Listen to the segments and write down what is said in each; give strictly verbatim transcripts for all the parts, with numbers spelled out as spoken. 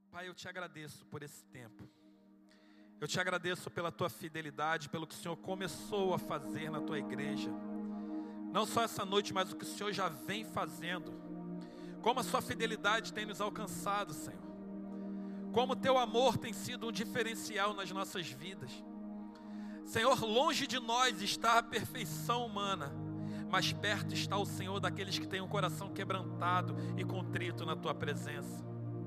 Pai, eu te agradeço por esse tempo. Eu te agradeço pela tua fidelidade, pelo que o Senhor começou a fazer na tua igreja. Não só essa noite, mas o que o Senhor já vem fazendo. Como a sua fidelidade tem nos alcançado, Senhor. Como o teu amor tem sido um diferencial nas nossas vidas. Senhor, longe de nós está a perfeição humana, mas perto está o Senhor daqueles que têm um coração quebrantado e contrito na tua presença.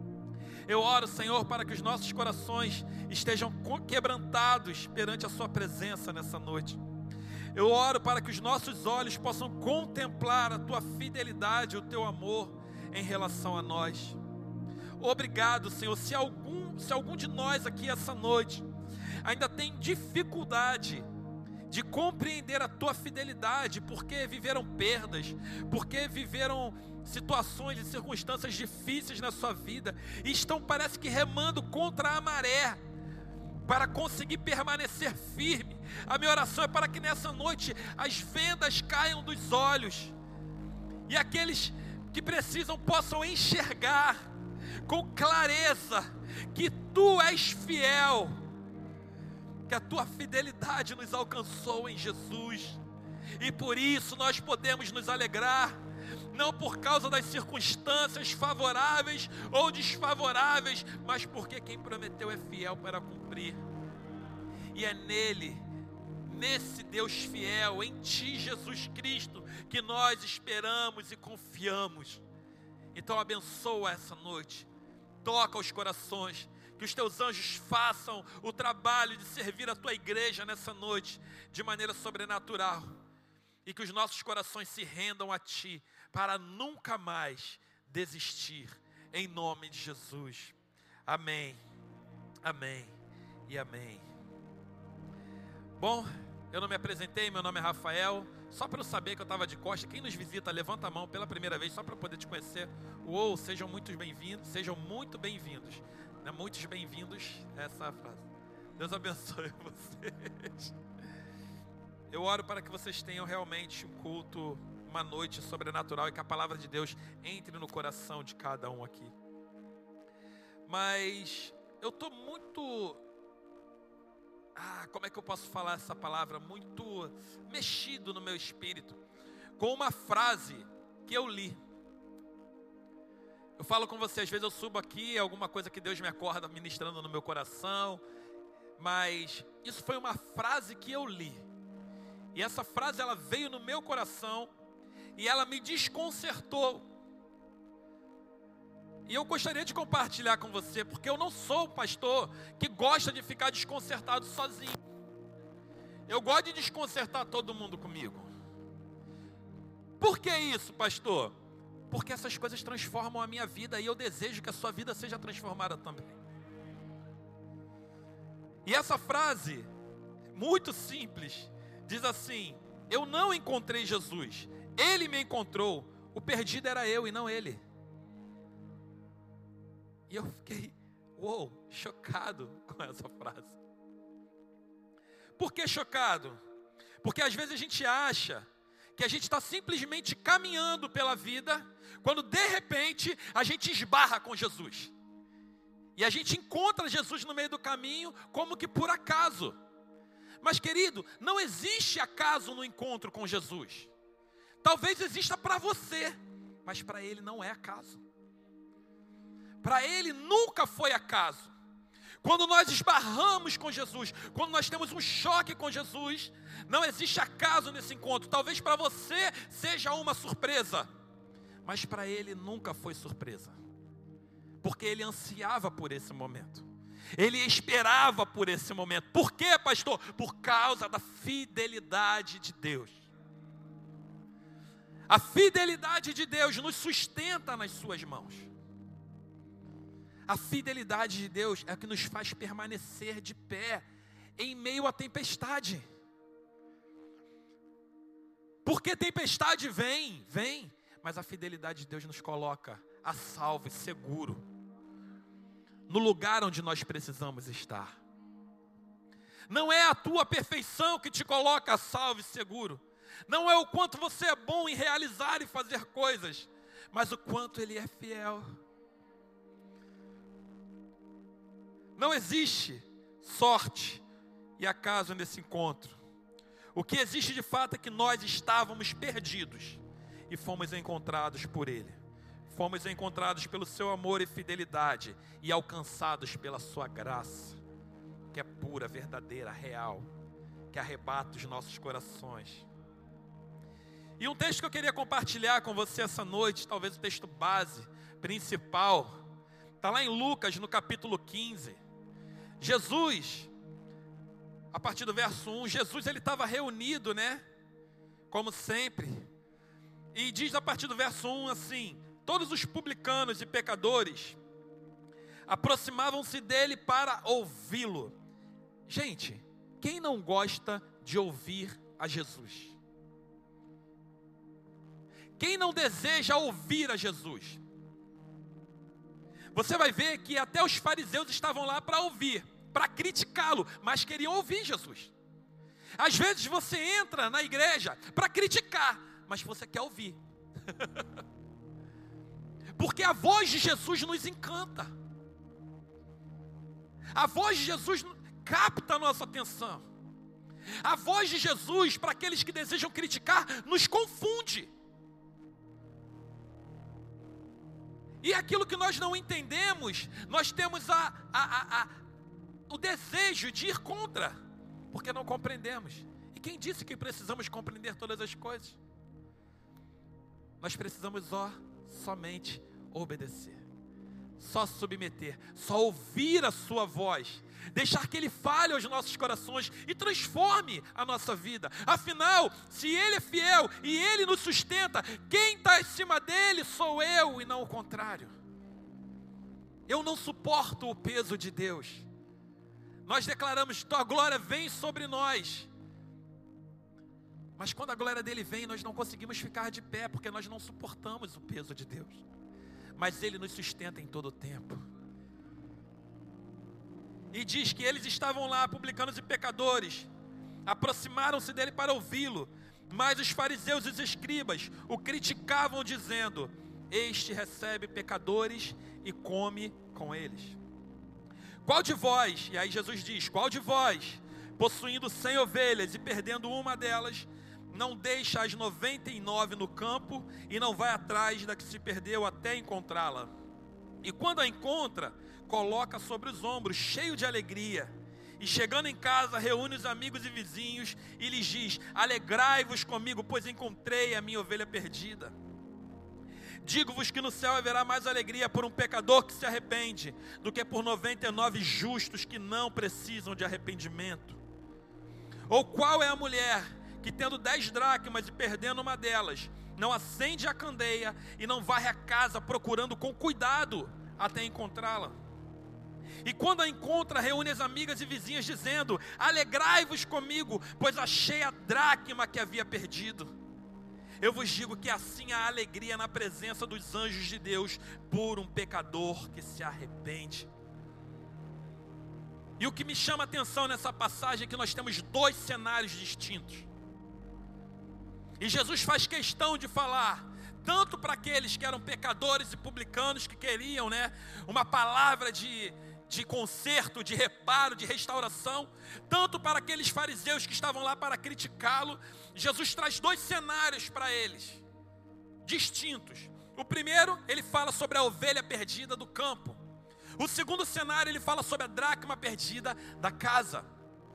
Eu oro, Senhor, para que os nossos corações estejam quebrantados perante a sua presença nessa noite. Eu oro para que os nossos olhos possam contemplar a tua fidelidade, o teu amor em relação a nós. Obrigado, Senhor. Se algum, se algum de nós aqui essa noite ainda tem dificuldade de compreender a tua fidelidade, porque viveram perdas, porque viveram situações e circunstâncias difíceis na sua vida, e estão, parece que, remando contra a maré, para conseguir permanecer firme. A minha oração é para que nessa noite as vendas caiam dos olhos, e aqueles que precisam possam enxergar com clareza que tu és fiel, que a tua fidelidade nos alcançou em Jesus, e por isso nós podemos nos alegrar, não por causa das circunstâncias favoráveis ou desfavoráveis, mas porque quem prometeu é fiel para cumprir. E é nele, nesse Deus fiel, em ti, Jesus Cristo, que nós esperamos e confiamos. Então abençoa essa noite, toca os corações, que os teus anjos façam o trabalho de servir a tua igreja nessa noite de maneira sobrenatural, e que os nossos corações se rendam a ti para nunca mais desistir, em nome de Jesus. Amém, amém e amém. Bom, eu não me apresentei, meu nome é Rafael. Só para eu saber que eu estava de costa, quem nos visita, levanta a mão pela primeira vez, só para eu poder te conhecer. Uou, sejam muito bem-vindos, sejam muito bem-vindos. Né? Muitos bem-vindos, essa é a frase. Deus abençoe vocês. Eu oro para que vocês tenham realmente um culto, uma noite sobrenatural, e que a palavra de Deus entre no coração de cada um aqui. Mas eu estou muito... Ah, como é que eu posso falar essa palavra? Muito mexido no meu espírito com uma frase que eu li. Eu falo com você, às vezes eu subo aqui, alguma coisa que Deus me acorda ministrando no meu coração, mas isso foi uma frase que eu li. E essa frase, ela veio no meu coração e ela me desconcertou. E eu gostaria de compartilhar com você, porque eu não sou um pastor que gosta de ficar desconcertado sozinho. Eu gosto de desconcertar todo mundo comigo. Por que isso, pastor? Porque essas coisas transformam a minha vida e eu desejo que a sua vida seja transformada também. E essa frase, muito simples, diz assim: eu não encontrei Jesus, Ele me encontrou. O perdido era eu e não Ele. E eu fiquei, uou, chocado com essa frase. Por que chocado? Porque às vezes a gente acha que a gente está simplesmente caminhando pela vida, quando de repente a gente esbarra com Jesus. E a gente encontra Jesus no meio do caminho, como que por acaso. Mas querido, não existe acaso no encontro com Jesus. Talvez exista para você, mas para Ele não é acaso. Para Ele nunca foi acaso. Quando nós esbarramos com Jesus, quando nós temos um choque com Jesus, não existe acaso nesse encontro. Talvez para você seja uma surpresa, mas para Ele nunca foi surpresa. Porque Ele ansiava por esse momento. Ele esperava por esse momento. Por quê, pastor? Por causa da fidelidade de Deus. A fidelidade de Deus nos sustenta nas suas mãos. A fidelidade de Deus é o que nos faz permanecer de pé em meio à tempestade. Porque tempestade vem, vem, mas a fidelidade de Deus nos coloca a salvo e seguro no lugar onde nós precisamos estar. Não é a tua perfeição que te coloca a salvo e seguro. Não é o quanto você é bom em realizar e fazer coisas, mas o quanto Ele é fiel. Não existe sorte e acaso nesse encontro. O que existe de fato é que nós estávamos perdidos e fomos encontrados por Ele. Fomos encontrados pelo seu amor e fidelidade e alcançados pela sua graça, que é pura, verdadeira, real, que arrebata os nossos corações. E um texto que eu queria compartilhar com você essa noite, talvez o texto base, principal, está lá em Lucas, no capítulo quinze. Jesus, a partir do verso um, Jesus ele estava reunido, né? Como sempre. E diz a partir do verso um assim: todos os publicanos e pecadores aproximavam-se dele para ouvi-lo. Gente, quem não gosta de ouvir a Jesus? Quem não deseja ouvir a Jesus? Você vai ver que até os fariseus estavam lá para ouvir, para criticá-lo, mas queriam ouvir Jesus. Às vezes você entra na igreja para criticar, mas você quer ouvir. Porque a voz de Jesus nos encanta. A voz de Jesus capta a nossa atenção. A voz de Jesus, para aqueles que desejam criticar, nos confunde. E aquilo que nós não entendemos, nós temos a, a, a, a, o desejo de ir contra, porque não compreendemos. E quem disse que precisamos compreender todas as coisas? Nós precisamos ó, somente obedecer, só submeter, só ouvir a sua voz, deixar que Ele fale aos nossos corações e transforme a nossa vida. Afinal, se Ele é fiel e Ele nos sustenta, quem está acima dEle sou eu e não o contrário. Eu não suporto o peso de Deus. Nós declaramos: tua glória vem sobre nós. Mas quando a glória dEle vem, nós não conseguimos ficar de pé, porque nós não suportamos o peso de Deus. Mas Ele nos sustenta em todo o tempo. E diz que eles estavam lá, publicanos e pecadores, aproximaram-se dele para ouvi-lo, mas os fariseus e os escribas o criticavam, dizendo: este recebe pecadores e come com eles. Qual de vós, e aí Jesus diz, qual de vós, possuindo cem ovelhas e perdendo uma delas, não deixa as noventa e nove no campo e não vai atrás da que se perdeu até encontrá-la? E quando a encontra, coloca sobre os ombros, cheio de alegria. E chegando em casa, reúne os amigos e vizinhos e lhes diz: alegrai-vos comigo, pois encontrei a minha ovelha perdida. Digo-vos que no céu haverá mais alegria por um pecador que se arrepende, do que por noventa e nove justos que não precisam de arrependimento. Ou qual é a mulher que, tendo dez dracmas e perdendo uma delas, não acende a candeia e não varre a casa procurando com cuidado até encontrá-la? E quando a encontra, reúne as amigas e vizinhas dizendo: alegrai-vos comigo, pois achei a dracma que havia perdido. Eu vos digo que assim há alegria na presença dos anjos de Deus por um pecador que se arrepende. E o que me chama a atenção nessa passagem é que nós temos dois cenários distintos. E Jesus faz questão de falar tanto para aqueles que eram pecadores e publicanos, que queriam, né, uma palavra de, de conserto, de reparo, de restauração, tanto para aqueles fariseus que estavam lá para criticá-lo. Jesus traz dois cenários para eles, distintos. O primeiro, ele fala sobre a ovelha perdida do campo. O segundo cenário, ele fala sobre a dracma perdida da casa.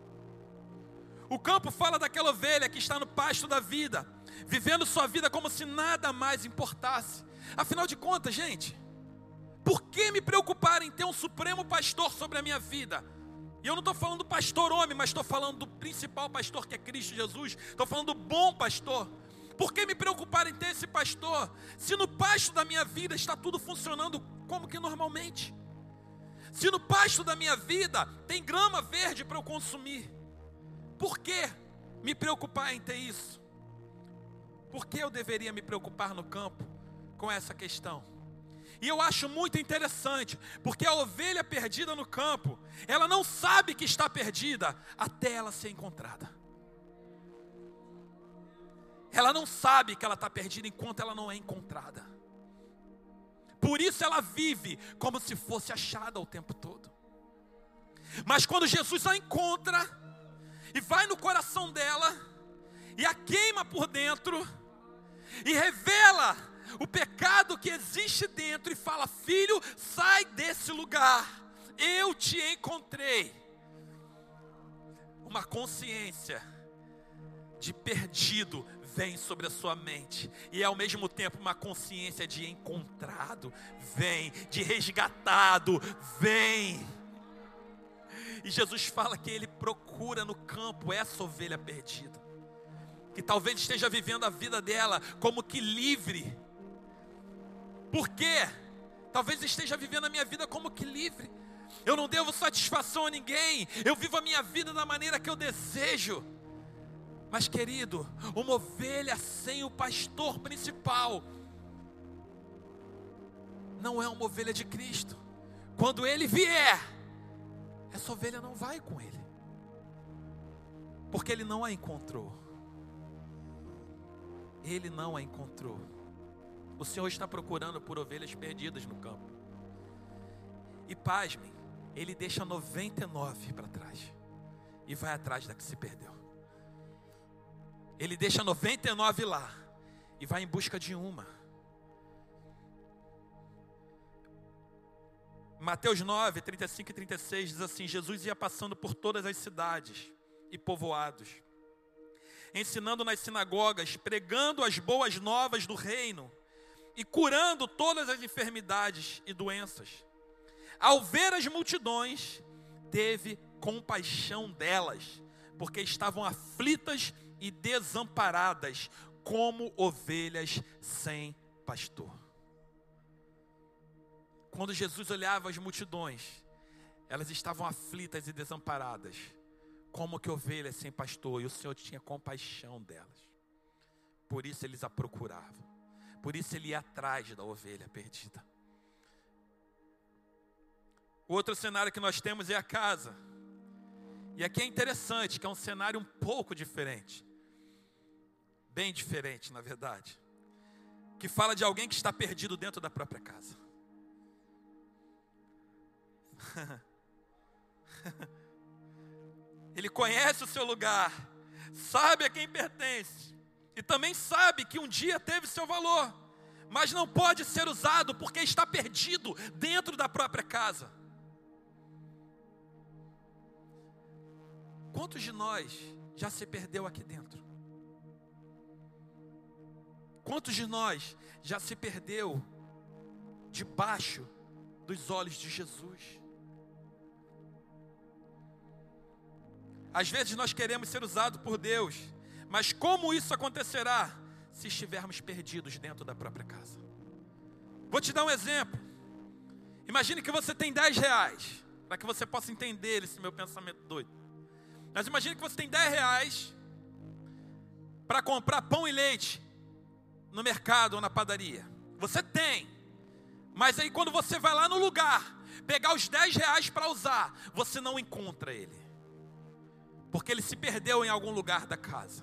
O campo fala daquela ovelha que está no pasto da vida, vivendo sua vida como se nada mais importasse. Afinal de contas, gente, por que me preocupar em ter um supremo pastor sobre a minha vida? E eu não estou falando do pastor homem, mas estou falando do principal pastor, que é Cristo Jesus. Estou falando do bom pastor. Por que me preocupar em ter esse pastor, se no pasto da minha vida está tudo funcionando como que normalmente? Se no pasto da minha vida tem grama verde para eu consumir, por que me preocupar em ter isso? Por que eu deveria me preocupar no campo com essa questão? E eu acho muito interessante, porque a ovelha perdida no campo, ela não sabe que está perdida até ela ser encontrada. Ela não sabe que ela está perdida enquanto ela não é encontrada. Por isso ela vive como se fosse achada o tempo todo. Mas quando Jesus a encontra e vai no coração dela e a queima por dentro e revela o pecado que existe dentro e fala: filho, sai desse lugar, eu te encontrei. Uma consciência de perdido vem sobre a sua mente, e ao mesmo tempo uma consciência de encontrado vem, de resgatado vem. E Jesus fala que ele procura no campo essa ovelha perdida, que talvez esteja vivendo a vida dela como que livre. Por quê? Talvez esteja vivendo a minha vida como que livre. Eu não devo satisfação a ninguém, eu vivo a minha vida da maneira que eu desejo. Mas querido, uma ovelha sem o pastor principal não é uma ovelha de Cristo. Quando ele vier, essa ovelha não vai com ele, porque ele não a encontrou. Ele não a encontrou. O Senhor está procurando por ovelhas perdidas no campo. E pasmem, ele deixa noventa e nove para trás e vai atrás da que se perdeu. Ele deixa noventa e nove lá e vai em busca de uma. Mateus nove, trinta e cinco e trinta e seis diz assim: Jesus ia passando por todas as cidades e povoados, ensinando nas sinagogas, pregando as boas novas do reino e curando todas as enfermidades e doenças. Ao ver as multidões, teve compaixão delas, porque estavam aflitas e desamparadas, como ovelhas sem pastor. Quando Jesus olhava as multidões, elas estavam aflitas e desamparadas, como que ovelhas sem pastor, e o Senhor tinha compaixão delas. Por isso eles a procuravam, por isso ele ia atrás da ovelha perdida. O outro cenário que nós temos é a casa. E aqui é interessante, que é um cenário um pouco diferente. Bem diferente, na verdade. Que fala de alguém que está perdido dentro da própria casa. Ele conhece o seu lugar, sabe a quem pertence, e também sabe que um dia teve seu valor, mas não pode ser usado porque está perdido dentro da própria casa. Quantos de nós já se perdeu aqui dentro? Quantos de nós já se perdeu debaixo dos olhos de Jesus? Às vezes nós queremos ser usados por Deus, mas como isso acontecerá se estivermos perdidos dentro da própria casa? Vou te dar um exemplo. Imagine que você tem dez reais, para que você possa entender esse meu pensamento doido. Mas imagine que você tem dez reais para comprar pão e leite no mercado ou na padaria. Você tem, mas aí quando você vai lá no lugar pegar os dez reais para usar, você não encontra ele, porque ele se perdeu em algum lugar da casa.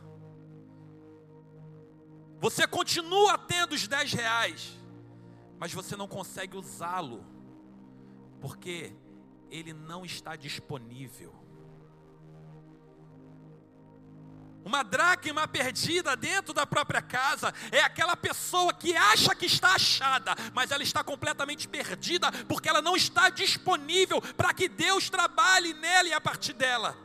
Você continua tendo os dez reais, mas você não consegue usá-lo, porque ele não está disponível. Uma dracma perdida dentro da própria casa é aquela pessoa que acha que está achada, mas ela está completamente perdida, porque ela não está disponível para que Deus trabalhe nela e a partir dela.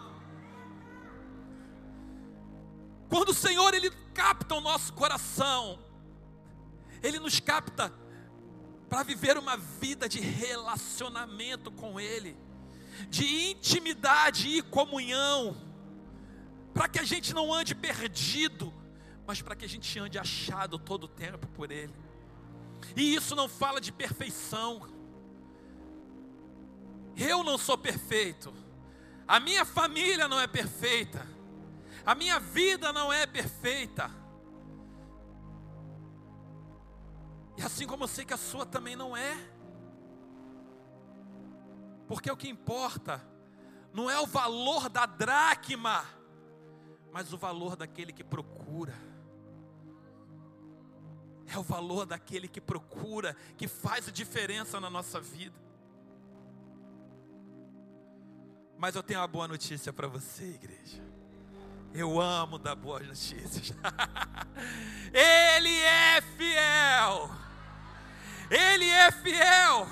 Quando o Senhor, Ele capta o nosso coração, Ele nos capta para viver uma vida de relacionamento com Ele, de intimidade e comunhão, para que a gente não ande perdido, mas para que a gente ande achado todo o tempo por Ele. E isso não fala de perfeição. Eu não sou perfeito, a minha família não é perfeita, a minha vida não é perfeita, e assim como eu sei que a sua também não é, porque o que importa não é o valor da dracma, mas o valor daquele que procura. É o valor daquele que procura, que faz a diferença na nossa vida. Mas eu tenho uma boa notícia para você, igreja. Eu amo dar boas notícias. Ele é fiel. Ele é fiel.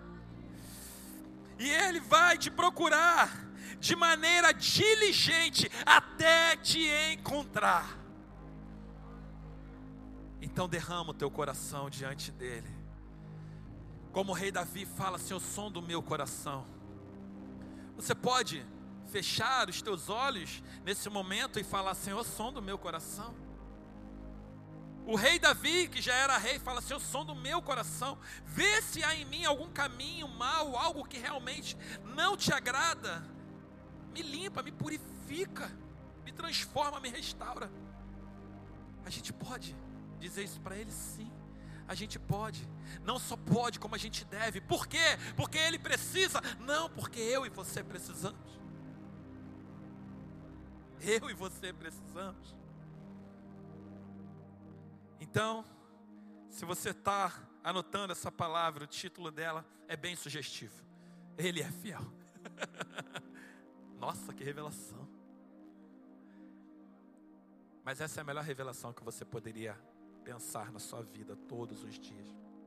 E Ele vai te procurar de maneira diligente até te encontrar. Então derrama o teu coração diante dEle. Como o rei Davi fala, Senhor, som do meu coração. Você pode fechar os teus olhos nesse momento e falar, Senhor, som do meu coração. O rei Davi, que já era rei, fala, Senhor, som do meu coração. Vê se há em mim algum caminho mau, algo que realmente não te agrada. Me limpa, me purifica, me transforma, me restaura. A gente pode dizer isso para Ele? Sim, a gente pode. Não só pode, como a gente deve. Por quê? Porque Ele precisa? Não, porque eu e você precisamos. Eu e você precisamos. Então, se você está anotando essa palavra, o título dela é bem sugestivo. Ele é fiel. Nossa, que revelação. Mas essa é a melhor revelação que você poderia pensar na sua vida todos os dias.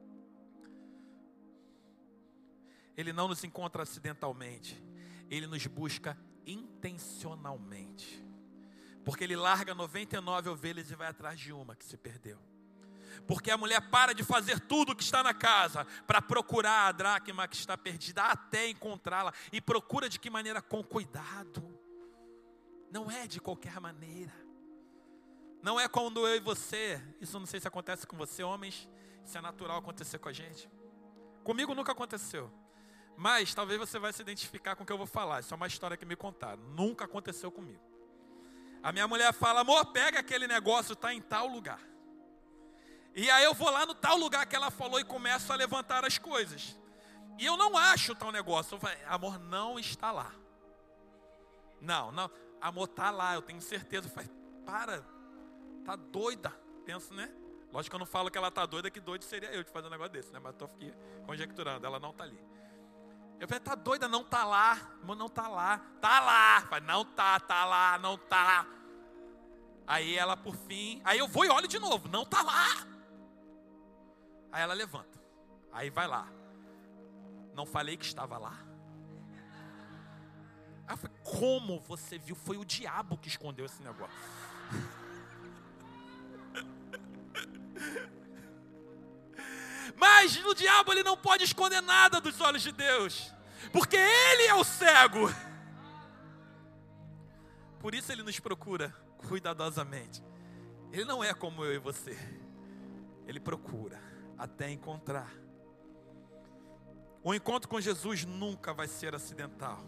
Ele não nos encontra acidentalmente. Ele nos busca intencionalmente. Porque Ele larga noventa e nove ovelhas e vai atrás de uma que se perdeu. Porque a mulher para de fazer tudo o que está na casa para procurar a dracma que está perdida até encontrá-la. E procura de que maneira? Com cuidado. Não é de qualquer maneira. Não é quando eu e você, isso não sei se acontece com você, homens, isso é natural acontecer com a gente. Comigo nunca aconteceu. Mas talvez você vai se identificar com o que eu vou falar. Isso é uma história que me contaram. Nunca aconteceu comigo. A minha mulher fala, amor, pega aquele negócio, está em tal lugar. E aí eu vou lá no tal lugar que ela falou e começo a levantar as coisas. E eu não acho tal negócio. Eu falo, amor, não está lá. Não, não. Amor, está lá, eu tenho certeza. Eu falo, para, tá doida. Penso, né? Lógico que eu não falo que ela tá doida, que doido seria eu de fazer um negócio desse, né? Mas estou aqui conjecturando, ela não está ali. Eu falei, tá doida, não tá lá. Amor, não tá lá. Tá lá. Eu falei, não tá, tá lá, não tá. Aí ela por fim, aí eu vou e olho de novo, não tá lá. Aí ela levanta, aí vai lá. Não falei que estava lá? Aí eu falei, como você viu? Foi o diabo que escondeu esse negócio. Mas o diabo, ele não pode esconder nada dos olhos de Deus, porque Ele é o cego. Por isso Ele nos procura cuidadosamente. Ele não é como eu e você. Ele procura até encontrar. O encontro com Jesus nunca vai ser acidental.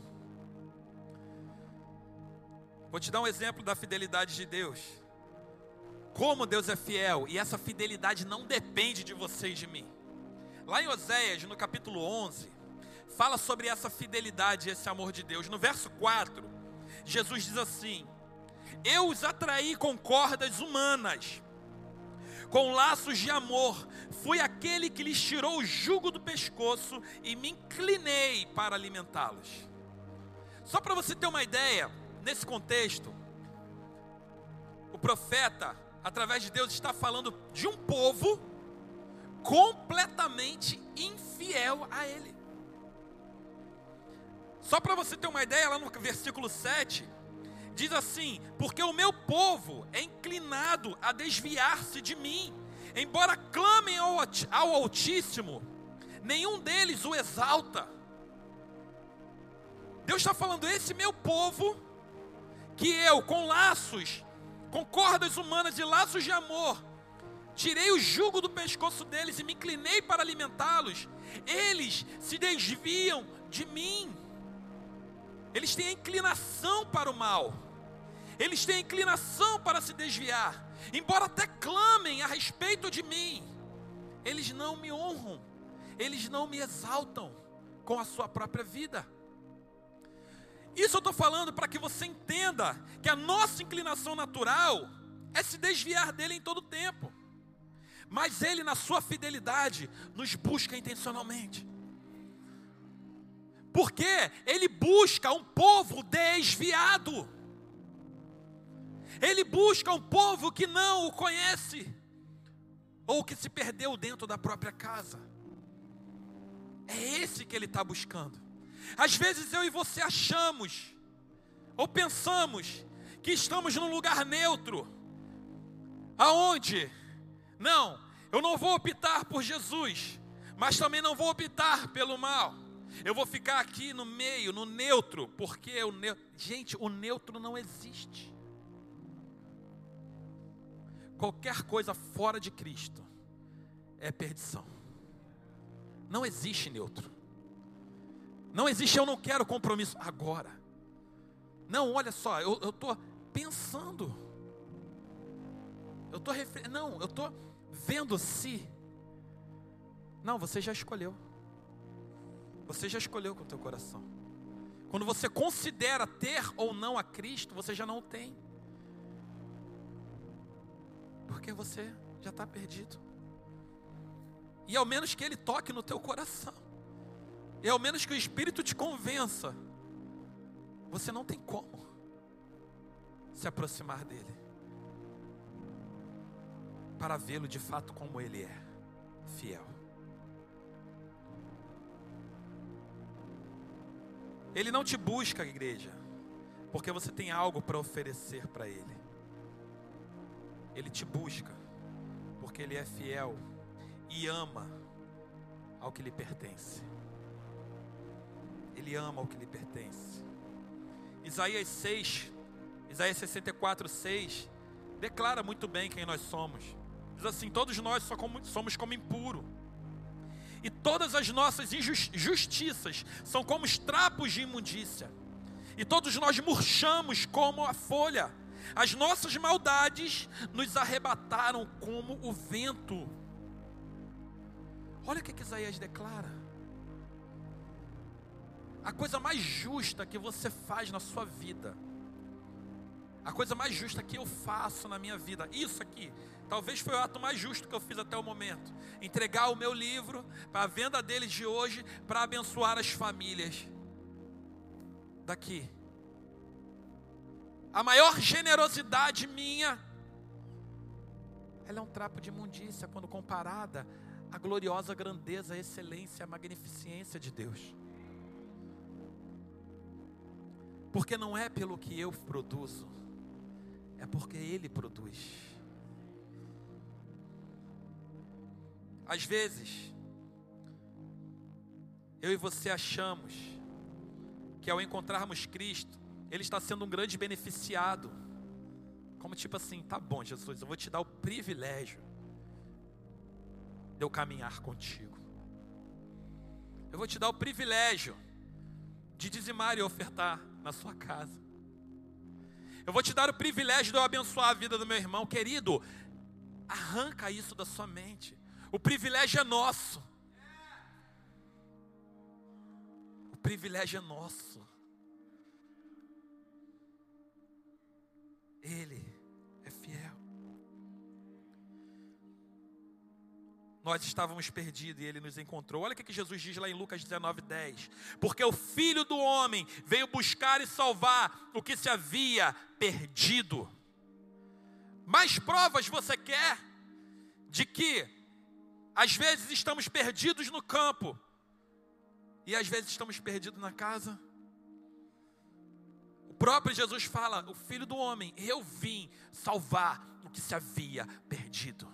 Vou te dar um exemplo da fidelidade de Deus. Como Deus é fiel, e essa fidelidade não depende de você e de mim. Lá em Oséias, no capítulo onze, fala sobre essa fidelidade e esse amor de Deus. No verso quatro, Jesus diz assim: eu os atraí com cordas humanas, com laços de amor. Fui aquele que lhes tirou o jugo do pescoço e me inclinei para alimentá-los. Só para você ter uma ideia, nesse contexto, o profeta, através de Deus, está falando de um povo completamente infiel a Ele. Só para você ter uma ideia, lá no versículo sete, diz assim: porque o meu povo é inclinado a desviar-se de mim, embora clamem ao, ao Altíssimo, nenhum deles o exalta. Deus está falando, esse meu povo, que eu com laços, com cordas humanas e laços de amor, tirei o jugo do pescoço deles e me inclinei para alimentá-los, eles se desviam de mim. Eles têm a inclinação para o mal. Eles têm a inclinação para se desviar. Embora até clamem a respeito de mim, eles não me honram. Eles não me exaltam com a sua própria vida. Isso eu estou falando para que você entenda que a nossa inclinação natural é se desviar dele em todo tempo. Mas ele, na sua fidelidade, nos busca intencionalmente. Porque ele busca um povo desviado. Ele busca um povo que não o conhece, ou que se perdeu dentro da própria casa. É esse que ele está buscando. Às vezes eu e você achamos, ou pensamos, que estamos num lugar neutro, aonde, não, eu não vou optar por Jesus, mas também não vou optar pelo mal. Eu vou ficar aqui no meio, no neutro, porque o neutro, gente, o neutro não existe. Qualquer coisa fora de Cristo é perdição. Não existe neutro. Não existe eu não quero compromisso agora. Não, olha só, eu estou pensando. Eu estou refer... Não, eu estou vendo se. Não, você já escolheu. Você já escolheu com o teu coração. Quando você considera ter ou não a Cristo, você já não o tem. Porque você já está perdido. E ao menos que Ele toque no teu coração, e ao menos que o Espírito te convença, você não tem como se aproximar dEle, para vê-lo de fato como Ele é, fiel. Ele não te busca, igreja, porque você tem algo para oferecer para Ele. Ele te busca porque Ele é fiel e ama ao que lhe pertence. Ele ama ao que lhe pertence. Isaías seis, Isaías sessenta e quatro, seis, declara muito bem quem nós somos. Diz assim: todos nós só como, somos como impuro, e todas as nossas injustiças são como os trapos de imundícia, e todos nós murchamos como a folha. As nossas maldades nos arrebataram como o vento. Olha o que, que Isaías declara. A coisa mais justa que você faz na sua vida, a coisa mais justa que eu faço na minha vida, isso aqui, talvez foi o ato mais justo que eu fiz até o momento. Entregar o meu livro para a venda deles de hoje, para abençoar as famílias daqui. A maior generosidade minha, ela é um trapo de imundícia quando comparada à gloriosa grandeza, a excelência, a magnificência de Deus. Porque não é pelo que eu produzo, é porque Ele produz. Às vezes, eu e você achamos que ao encontrarmos Cristo, Ele está sendo um grande beneficiado. Como tipo assim, tá bom, Jesus, eu vou te dar o privilégio de eu caminhar contigo. Eu vou te dar o privilégio de dizimar e ofertar na sua casa. Eu vou te dar o privilégio de eu abençoar a vida do meu irmão. Querido, arranca isso da sua mente. O privilégio é nosso. O privilégio é nosso. Ele é fiel. Nós estávamos perdidos e Ele nos encontrou. Olha o que Jesus diz lá em Lucas dezenove, dez. Porque o Filho do Homem veio buscar e salvar o que se havia perdido. Mais provas você quer de que às vezes estamos perdidos no campo e às vezes estamos perdidos na casa? O próprio Jesus fala: o Filho do Homem, eu vim salvar o que se havia perdido.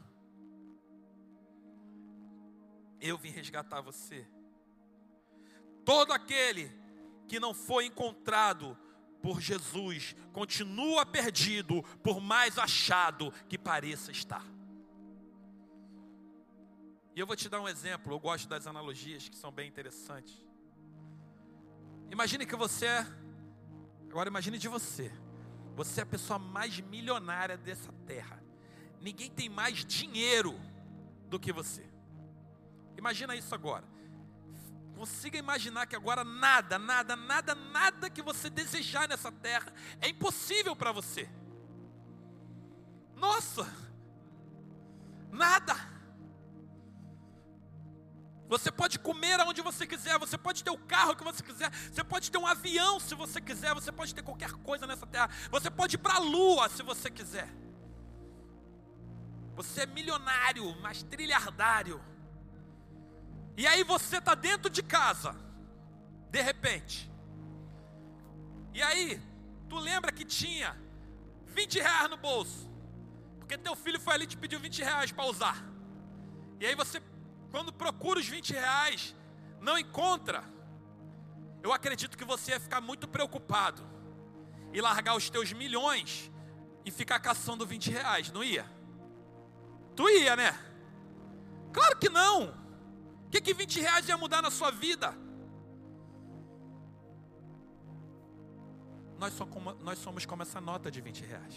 Eu vim resgatar você. Todo aquele que não foi encontrado por Jesus continua perdido, por mais achado que pareça estar. E eu vou te dar um exemplo. Eu gosto das analogias que são bem interessantes. Imagine que você é, agora imagine de você. Você é a pessoa mais milionária dessa terra. Ninguém tem mais dinheiro do que você. Imagina isso agora. Consiga imaginar que agora nada, nada, nada, nada que você desejar nessa terra é impossível para você. Nossa! Nada! Você pode comer aonde você quiser, você pode ter o carro que você quiser, você pode ter um avião se você quiser, você pode ter qualquer coisa nessa terra, você pode ir para a lua se você quiser. Você é milionário, mas trilhardário. E aí você está dentro de casa, de repente. E aí, tu lembra que tinha vinte reais no bolso, porque teu filho foi ali e te pediu vinte reais para usar. E aí você, quando procura os vinte reais, não encontra. Eu acredito que você ia ficar muito preocupado e largar os teus milhões e ficar caçando vinte reais, não ia? Tu ia, né? Claro que não. O que que vinte reais ia mudar na sua vida? Nós, só como, nós somos como essa nota de vinte reais.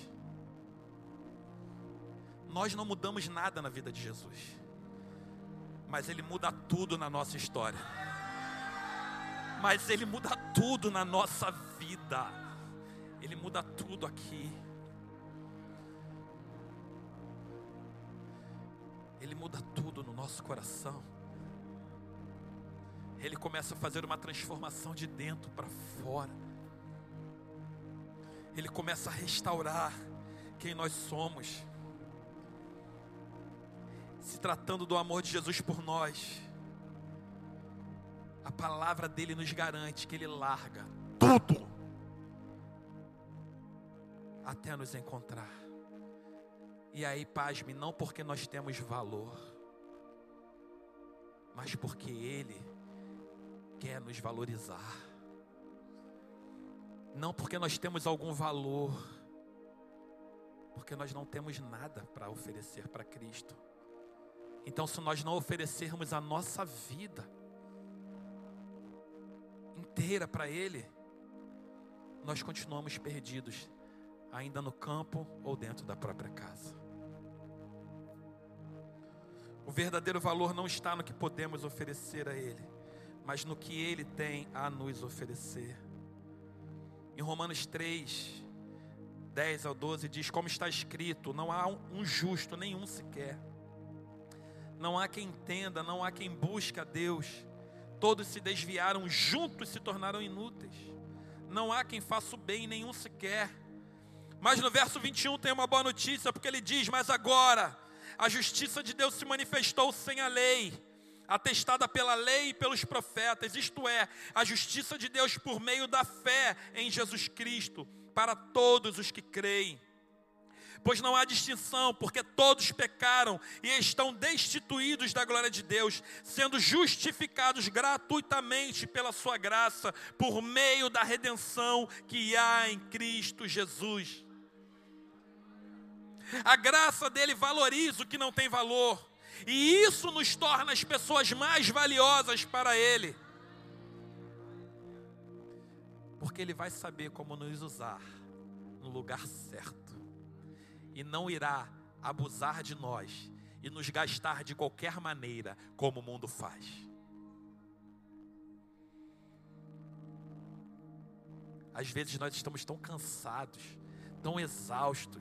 Nós não mudamos nada na vida de Jesus, mas Ele muda tudo na nossa história. Mas Ele muda tudo na nossa vida. Ele muda tudo aqui. Ele muda tudo no nosso coração. Ele começa a fazer uma transformação de dentro para fora. Ele começa a restaurar quem nós somos. Se tratando do amor de Jesus por nós, a palavra dele nos garante que Ele larga tudo até nos encontrar. E aí, pasme, não porque nós temos valor, mas porque Ele quer nos valorizar. Não porque nós temos algum valor, porque nós não temos nada para oferecer para Cristo. Então, se nós não oferecermos a nossa vida inteira para Ele, nós continuamos perdidos, ainda no campo ou dentro da própria casa. O verdadeiro valor não está no que podemos oferecer a Ele, mas no que Ele tem a nos oferecer. Em Romanos três, dez ao doze diz: como está escrito, não há um justo, nenhum sequer. Não há quem entenda, não há quem busque a Deus. Todos se desviaram, juntos se tornaram inúteis. Não há quem faça o bem, nenhum sequer. Mas no verso vinte e um tem uma boa notícia, porque ele diz: mas agora a justiça de Deus se manifestou sem a lei, atestada pela lei e pelos profetas, isto é, a justiça de Deus por meio da fé em Jesus Cristo, para todos os que creem. Pois não há distinção, porque todos pecaram e estão destituídos da glória de Deus, sendo justificados gratuitamente pela sua graça, por meio da redenção que há em Cristo Jesus. A graça dele valoriza o que não tem valor, e isso nos torna as pessoas mais valiosas para Ele, porque Ele vai saber como nos usar no lugar certo, e não irá abusar de nós e nos gastar de qualquer maneira como o mundo faz. Às vezes nós estamos tão cansados, tão exaustos,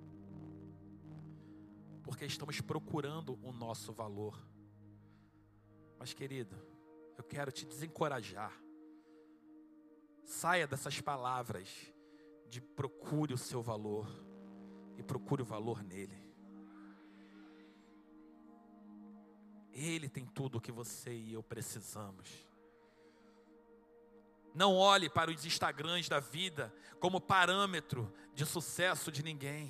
porque estamos procurando o nosso valor. Mas, querido, eu quero te desencorajar. Saia dessas palavras de procure o seu valor e procure o valor nele. Ele tem tudo o que você e eu precisamos. Não olhe para os Instagrams da vida como parâmetro de sucesso de ninguém.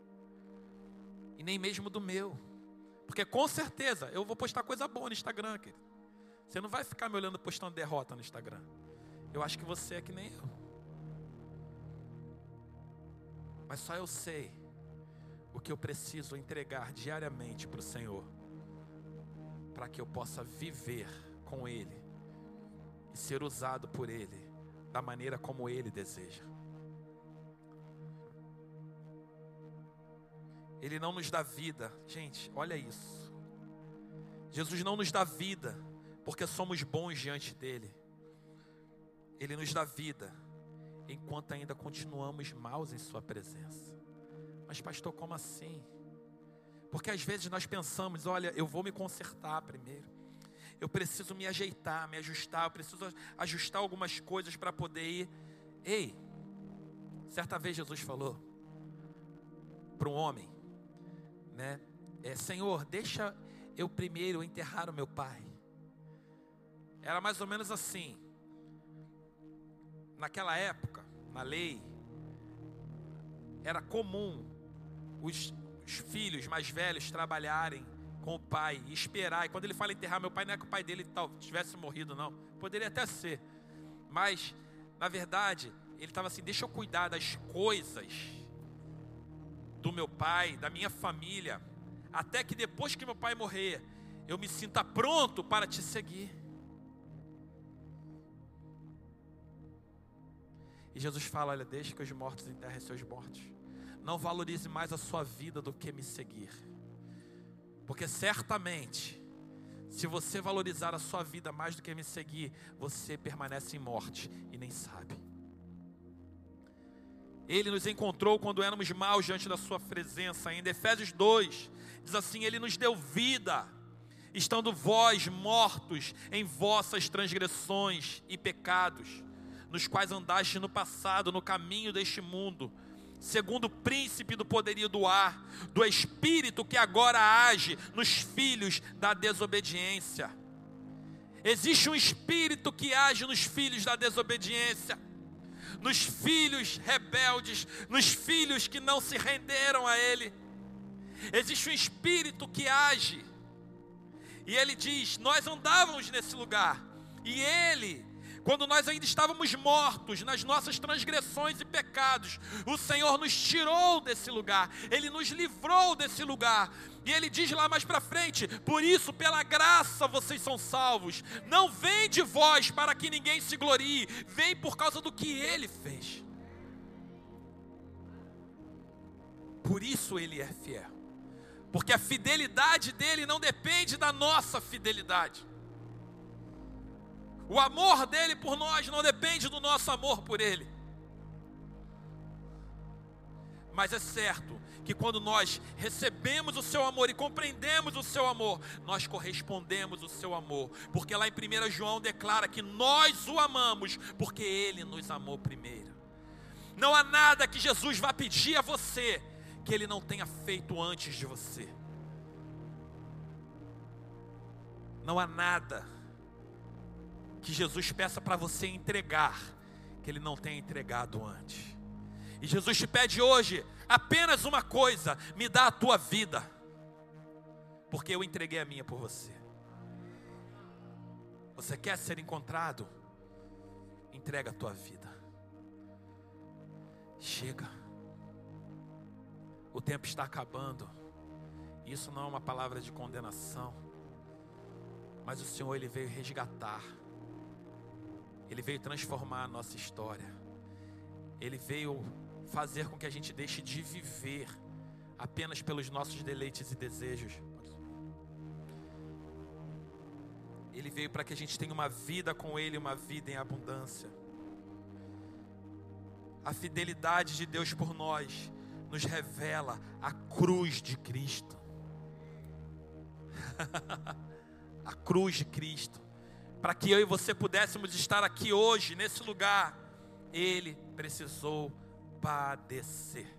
E nem mesmo do meu. Porque com certeza eu vou postar coisa boa no Instagram, querido. Você não vai ficar me olhando postando derrota no Instagram. Eu acho que você é que nem eu. Mas só eu sei o que eu preciso entregar diariamente para o Senhor, para que eu possa viver com Ele e ser usado por Ele da maneira como Ele deseja. Ele não nos dá vida, gente, olha isso. Jesus não nos dá vida porque somos bons diante dele. Ele nos dá vida enquanto ainda continuamos maus em sua presença. Mas pastor, como assim? Porque às vezes nós pensamos, olha, eu vou me consertar primeiro, eu preciso me ajeitar, me ajustar, eu preciso ajustar algumas coisas para poder ir. Ei, certa vez Jesus falou para um homem, né? É, Senhor, deixa eu primeiro enterrar o meu pai. Era mais ou menos assim. Naquela época, na lei, era comum os, os filhos mais velhos trabalharem com o pai e esperar. E quando ele fala enterrar meu pai, não é que o pai dele tal, tivesse morrido, não. Poderia até ser. Mas, na verdade, ele estava assim, deixa eu cuidar das coisas do meu pai, da minha família, até que depois que meu pai morrer, eu me sinta pronto para te seguir. E Jesus fala, olha, deixa que os mortos enterrem seus mortos. Não valorize mais a sua vida do que me seguir. Porque certamente, se você valorizar a sua vida mais do que me seguir, você permanece em morte e nem sabe. Ele nos encontrou quando éramos maus diante da sua presença. Ainda Efésios dois diz assim, ele nos deu vida, estando vós mortos em vossas transgressões e pecados, nos quais andaste no passado, no caminho deste mundo, segundo o príncipe do poderio do ar, do espírito que agora age nos filhos da desobediência. Existe um espírito que age nos filhos da desobediência, nos filhos rebeldes, nos filhos que não se renderam a Ele. Existe um espírito que age, e Ele diz, nós andávamos nesse lugar, e Ele, quando nós ainda estávamos mortos nas nossas transgressões e pecados, o Senhor nos tirou desse lugar, Ele nos livrou desse lugar. E Ele diz lá mais para frente, por isso pela graça vocês são salvos. Não vem de vós para que ninguém se glorie, vem por causa do que Ele fez. Por isso Ele é fiel, porque a fidelidade dEle não depende da nossa fidelidade. O amor dEle por nós não depende do nosso amor por Ele. Mas é certo que quando nós recebemos o seu amor e compreendemos o seu amor, nós correspondemos o seu amor. Porque lá em primeiro João declara que nós o amamos porque Ele nos amou primeiro. Não há nada que Jesus vá pedir a você que Ele não tenha feito antes de você. Não há nada que Jesus peça para você entregar, que Ele não tenha entregado antes. E Jesus te pede hoje apenas uma coisa, me dá a tua vida, porque eu entreguei a minha por você. Você quer ser encontrado? Entrega a tua vida. Chega. O tempo está acabando. Isso não é uma palavra de condenação, mas o Senhor, Ele veio resgatar. Ele veio transformar a nossa história. Ele veio fazer com que a gente deixe de viver apenas pelos nossos deleites e desejos. Ele veio para que a gente tenha uma vida com Ele, uma vida em abundância. A fidelidade de Deus por nós nos revela a cruz de Cristo. A cruz de Cristo. Para que eu e você pudéssemos estar aqui hoje, nesse lugar, Ele precisou padecer.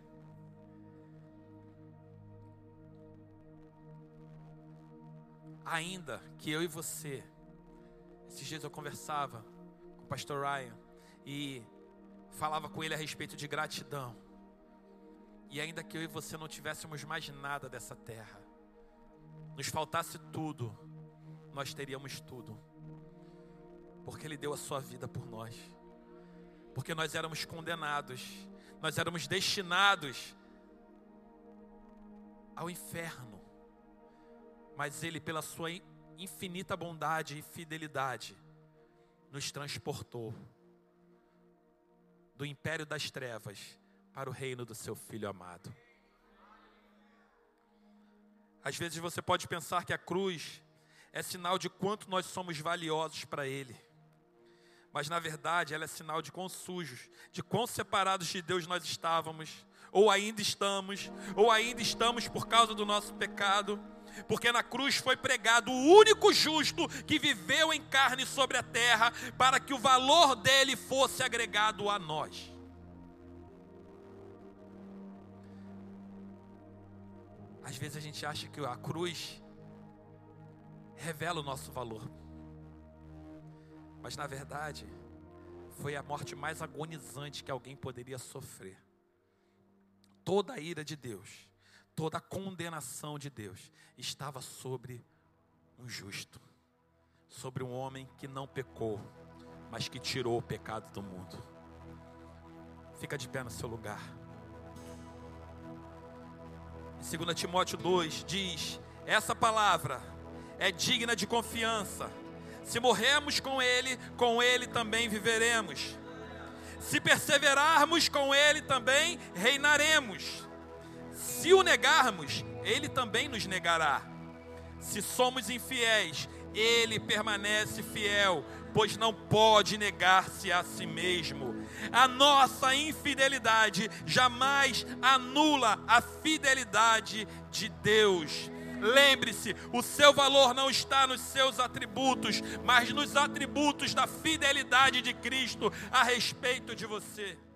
Ainda que eu e você, esses dias eu conversava com o pastor Ryan e falava com ele a respeito de gratidão. E ainda que eu e você não tivéssemos mais nada dessa terra, nos faltasse tudo, nós teríamos tudo. Porque Ele deu a sua vida por nós. Porque nós éramos condenados, nós éramos destinados ao inferno. Mas Ele, pela sua infinita bondade e fidelidade, nos transportou do império das trevas para o reino do seu Filho amado. Às vezes você pode pensar que a cruz é sinal de quanto nós somos valiosos para Ele. Mas na verdade ela é sinal de quão sujos, de quão separados de Deus nós estávamos, ou ainda estamos, ou ainda estamos por causa do nosso pecado. Porque na cruz foi pregado o único justo que viveu em carne sobre a terra, para que o valor dele fosse agregado a nós. Às vezes a gente acha que a cruz revela o nosso valor. Mas na verdade, foi a morte mais agonizante que alguém poderia sofrer. Toda a ira de Deus, toda a condenação de Deus estava sobre um justo, sobre um homem que não pecou, mas que tirou o pecado do mundo. Fica de pé no seu lugar. Em dois Timóteo dois diz: essa palavra é digna de confiança. Se morrermos com Ele, com Ele também viveremos. Se perseverarmos com Ele, também reinaremos. Se o negarmos, Ele também nos negará. Se somos infiéis, Ele permanece fiel, pois não pode negar-se a si mesmo. A nossa infidelidade jamais anula a fidelidade de Deus. Lembre-se, o seu valor não está nos seus atributos, mas nos atributos da fidelidade de Cristo a respeito de você.